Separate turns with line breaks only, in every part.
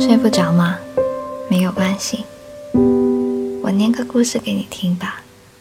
睡不着吗？没有关系，我念个故事给你听吧。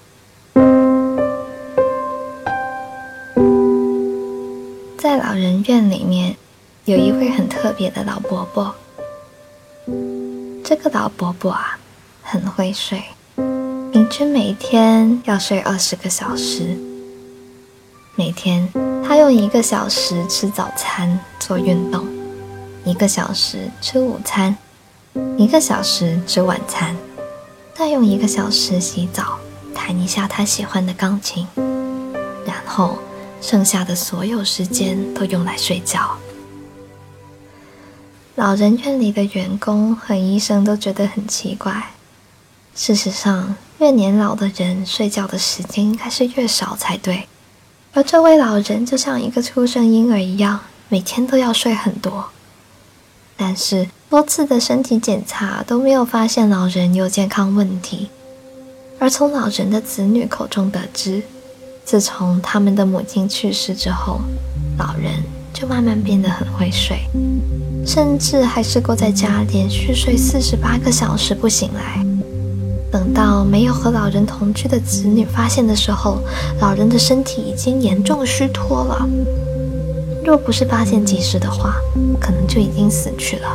在老人院里面，有一位很特别的老伯伯。这个老伯伯很会睡，平均每天要睡20个小时。每天他用1个小时吃早餐做运动，1个小时吃午餐，1个小时吃晚餐，再用1个小时洗澡，弹一下他喜欢的钢琴，然后剩下的所有时间都用来睡觉。老人院里的员工和医生都觉得很奇怪。事实上，越年老的人睡觉的时间应该是越少才对，而这位老人就像一个出生婴儿一样，每天都要睡很多。但是多次的身体检查都没有发现老人有健康问题，而从老人的子女口中得知，自从他们的母亲去世之后，老人就慢慢变得很会睡，甚至还试过在家连续睡48个小时不醒来。等到没有和老人同居的子女发现的时候，老人的身体已经严重虚脱了。若不是发现及时的话，可能就已经死去了。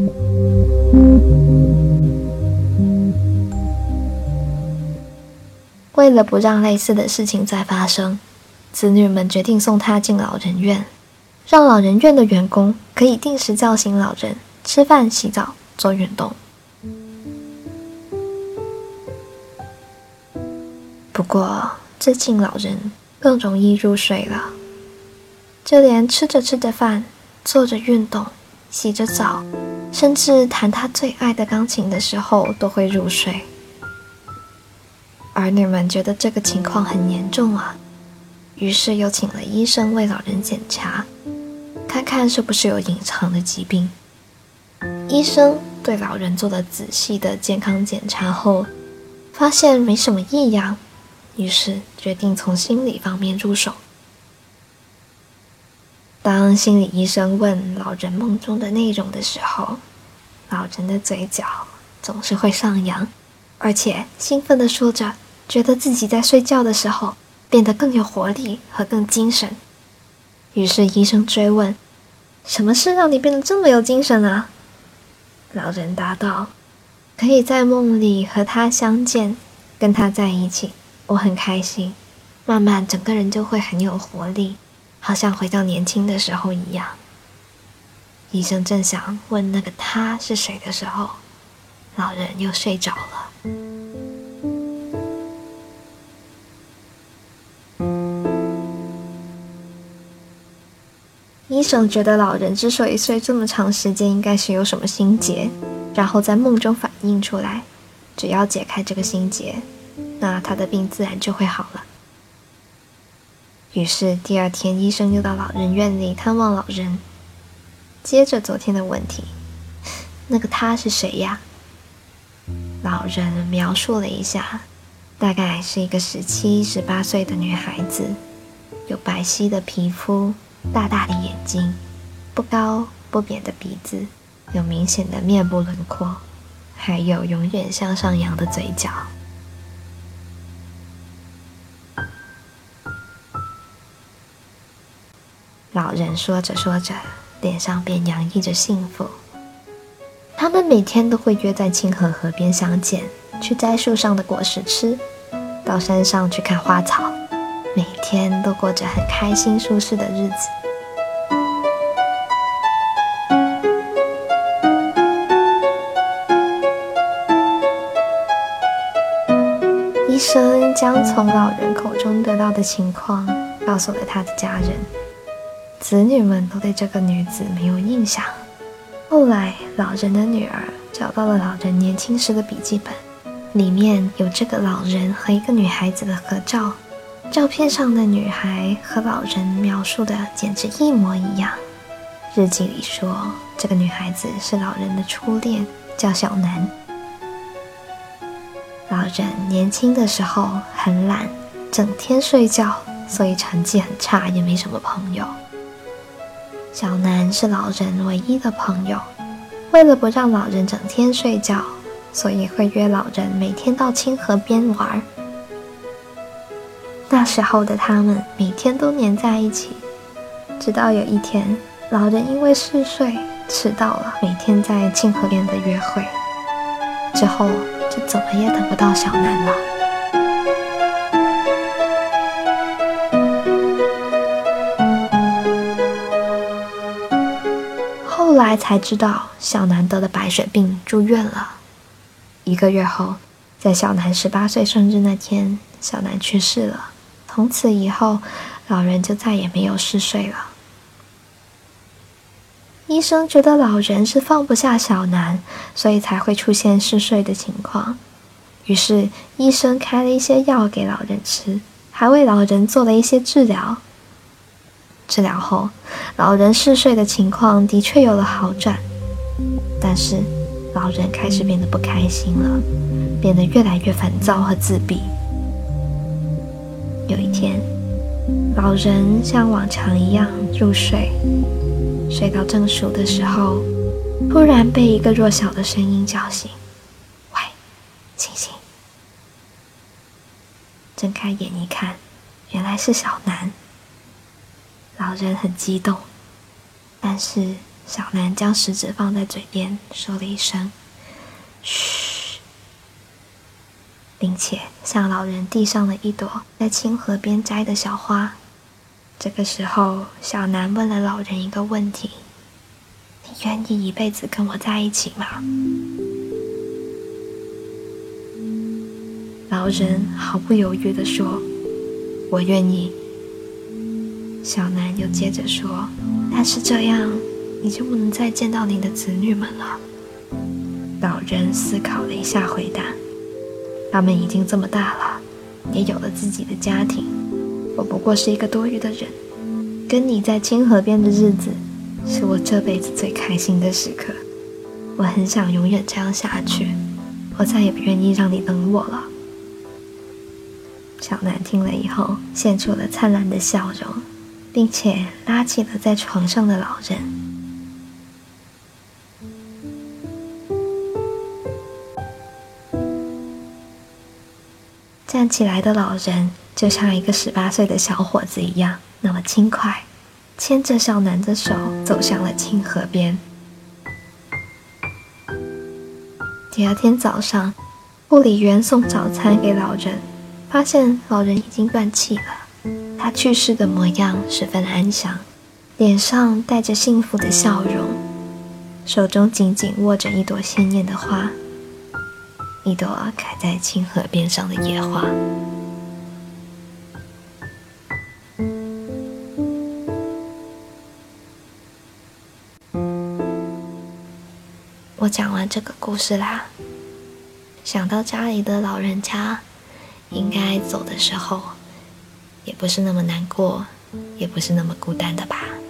为了不让类似的事情再发生，子女们决定送他进老人院，让老人院的员工可以定时叫醒老人，吃饭、洗澡、做运动。不过最近老人更容易入睡了，就连吃着饭，做着运动，洗着澡，甚至弹他最爱的钢琴的时候都会入睡。儿女们觉得这个情况很严重于是又请了医生为老人检查，看看是不是有隐藏的疾病。医生对老人做了仔细的健康检查后，发现没什么异样，于是决定从心理方面入手。当心理医生问老人梦中的内容的时候，老人的嘴角总是会上扬，而且兴奋地说着，觉得自己在睡觉的时候变得更有活力和更精神。于是医生追问，什么事让你变得这么有精神啊？老人答道，可以在梦里和他相见，跟他在一起，我很开心，慢慢整个人就会很有活力，好像回到年轻的时候一样。医生正想问那个他是谁的时候，老人又睡着了。医生觉得老人之所以睡这么长时间，应该是有什么心结，然后在梦中反映出来，只要解开这个心结，那他的病自然就会好了。于是第2天，医生又到老人院里探望老人，接着昨天的问题，那个他是谁呀？老人描述了一下，大概是一个17、18岁的女孩子，有白皙的皮肤，大大的眼睛，不高不扁的鼻子，有明显的面部轮廓，还有永远向上扬的嘴角。老人说着说着，脸上便洋溢着幸福。他们每天都会约在清河河边相见，去摘树上的果实吃，到山上去看花草，每天都过着很开心舒适的日子。医生将从老人口中得到的情况告诉了他的家人，子女们都对这个女子没有印象。后来老人的女儿找到了老人年轻时的笔记本，里面有这个老人和一个女孩子的合照，照片上的女孩和老人描述的简直一模一样。日记里说，这个女孩子是老人的初恋，叫小南。老人年轻的时候很懒，整天睡觉，所以成绩很差，也没什么朋友。小南是老人唯一的朋友， 为了不让老人整天睡觉，所以会约老人每天到清河边玩。那时候的他们每天都黏在一起，直到有一天，老人因为嗜睡迟到了每天在清河边的约会，之后就怎么也等不到小南了。后来才知道，小南得了白血病住院了。1个月后，在小南18岁生日那天，小南去世了。从此以后，老人就再也没有嗜睡了。医生觉得老人是放不下小南，所以才会出现嗜睡的情况。于是医生开了一些药给老人吃，还为老人做了一些治疗。治疗后，老人嗜睡的情况的确有了好转，但是老人开始变得不开心了，变得越来越烦躁和自闭。有一天，老人像往常一样入睡，睡到正熟的时候，突然被一个弱小的声音叫醒：“喂，醒醒！”睁开眼一看，原来是小南。老人很激动，但是小南将食指放在嘴边，说了一声“嘘”，并且向老人递上了一朵在清河边摘的小花。这个时候，小南问了老人一个问题：“你愿意一辈子跟我在一起吗？”老人毫不犹豫地说：“我愿意。”小南又接着说：“但是这样，你就不能再见到你的子女们了。”老人思考了一下，回答：“他们已经这么大了，也有了自己的家庭，我不过是一个多余的人。跟你在清河边的日子，是我这辈子最开心的时刻。我很想永远这样下去，我再也不愿意让你等我了。”小南听了以后，现出了灿烂的笑容，并且拉起了在床上的老人。站起来的老人就像一个18岁的小伙子一样，那么轻快，牵着小南的手走向了清河边。第二天早上，护理员送早餐给老人，发现老人已经断气了。他去世的模样十分安详，脸上带着幸福的笑容，手中紧紧握着一朵鲜艳的花，一朵开在清河边上的野花。我讲完这个故事啦，想到家里的老人家应该走的时候也不是那么难过，也不是那么孤单的吧。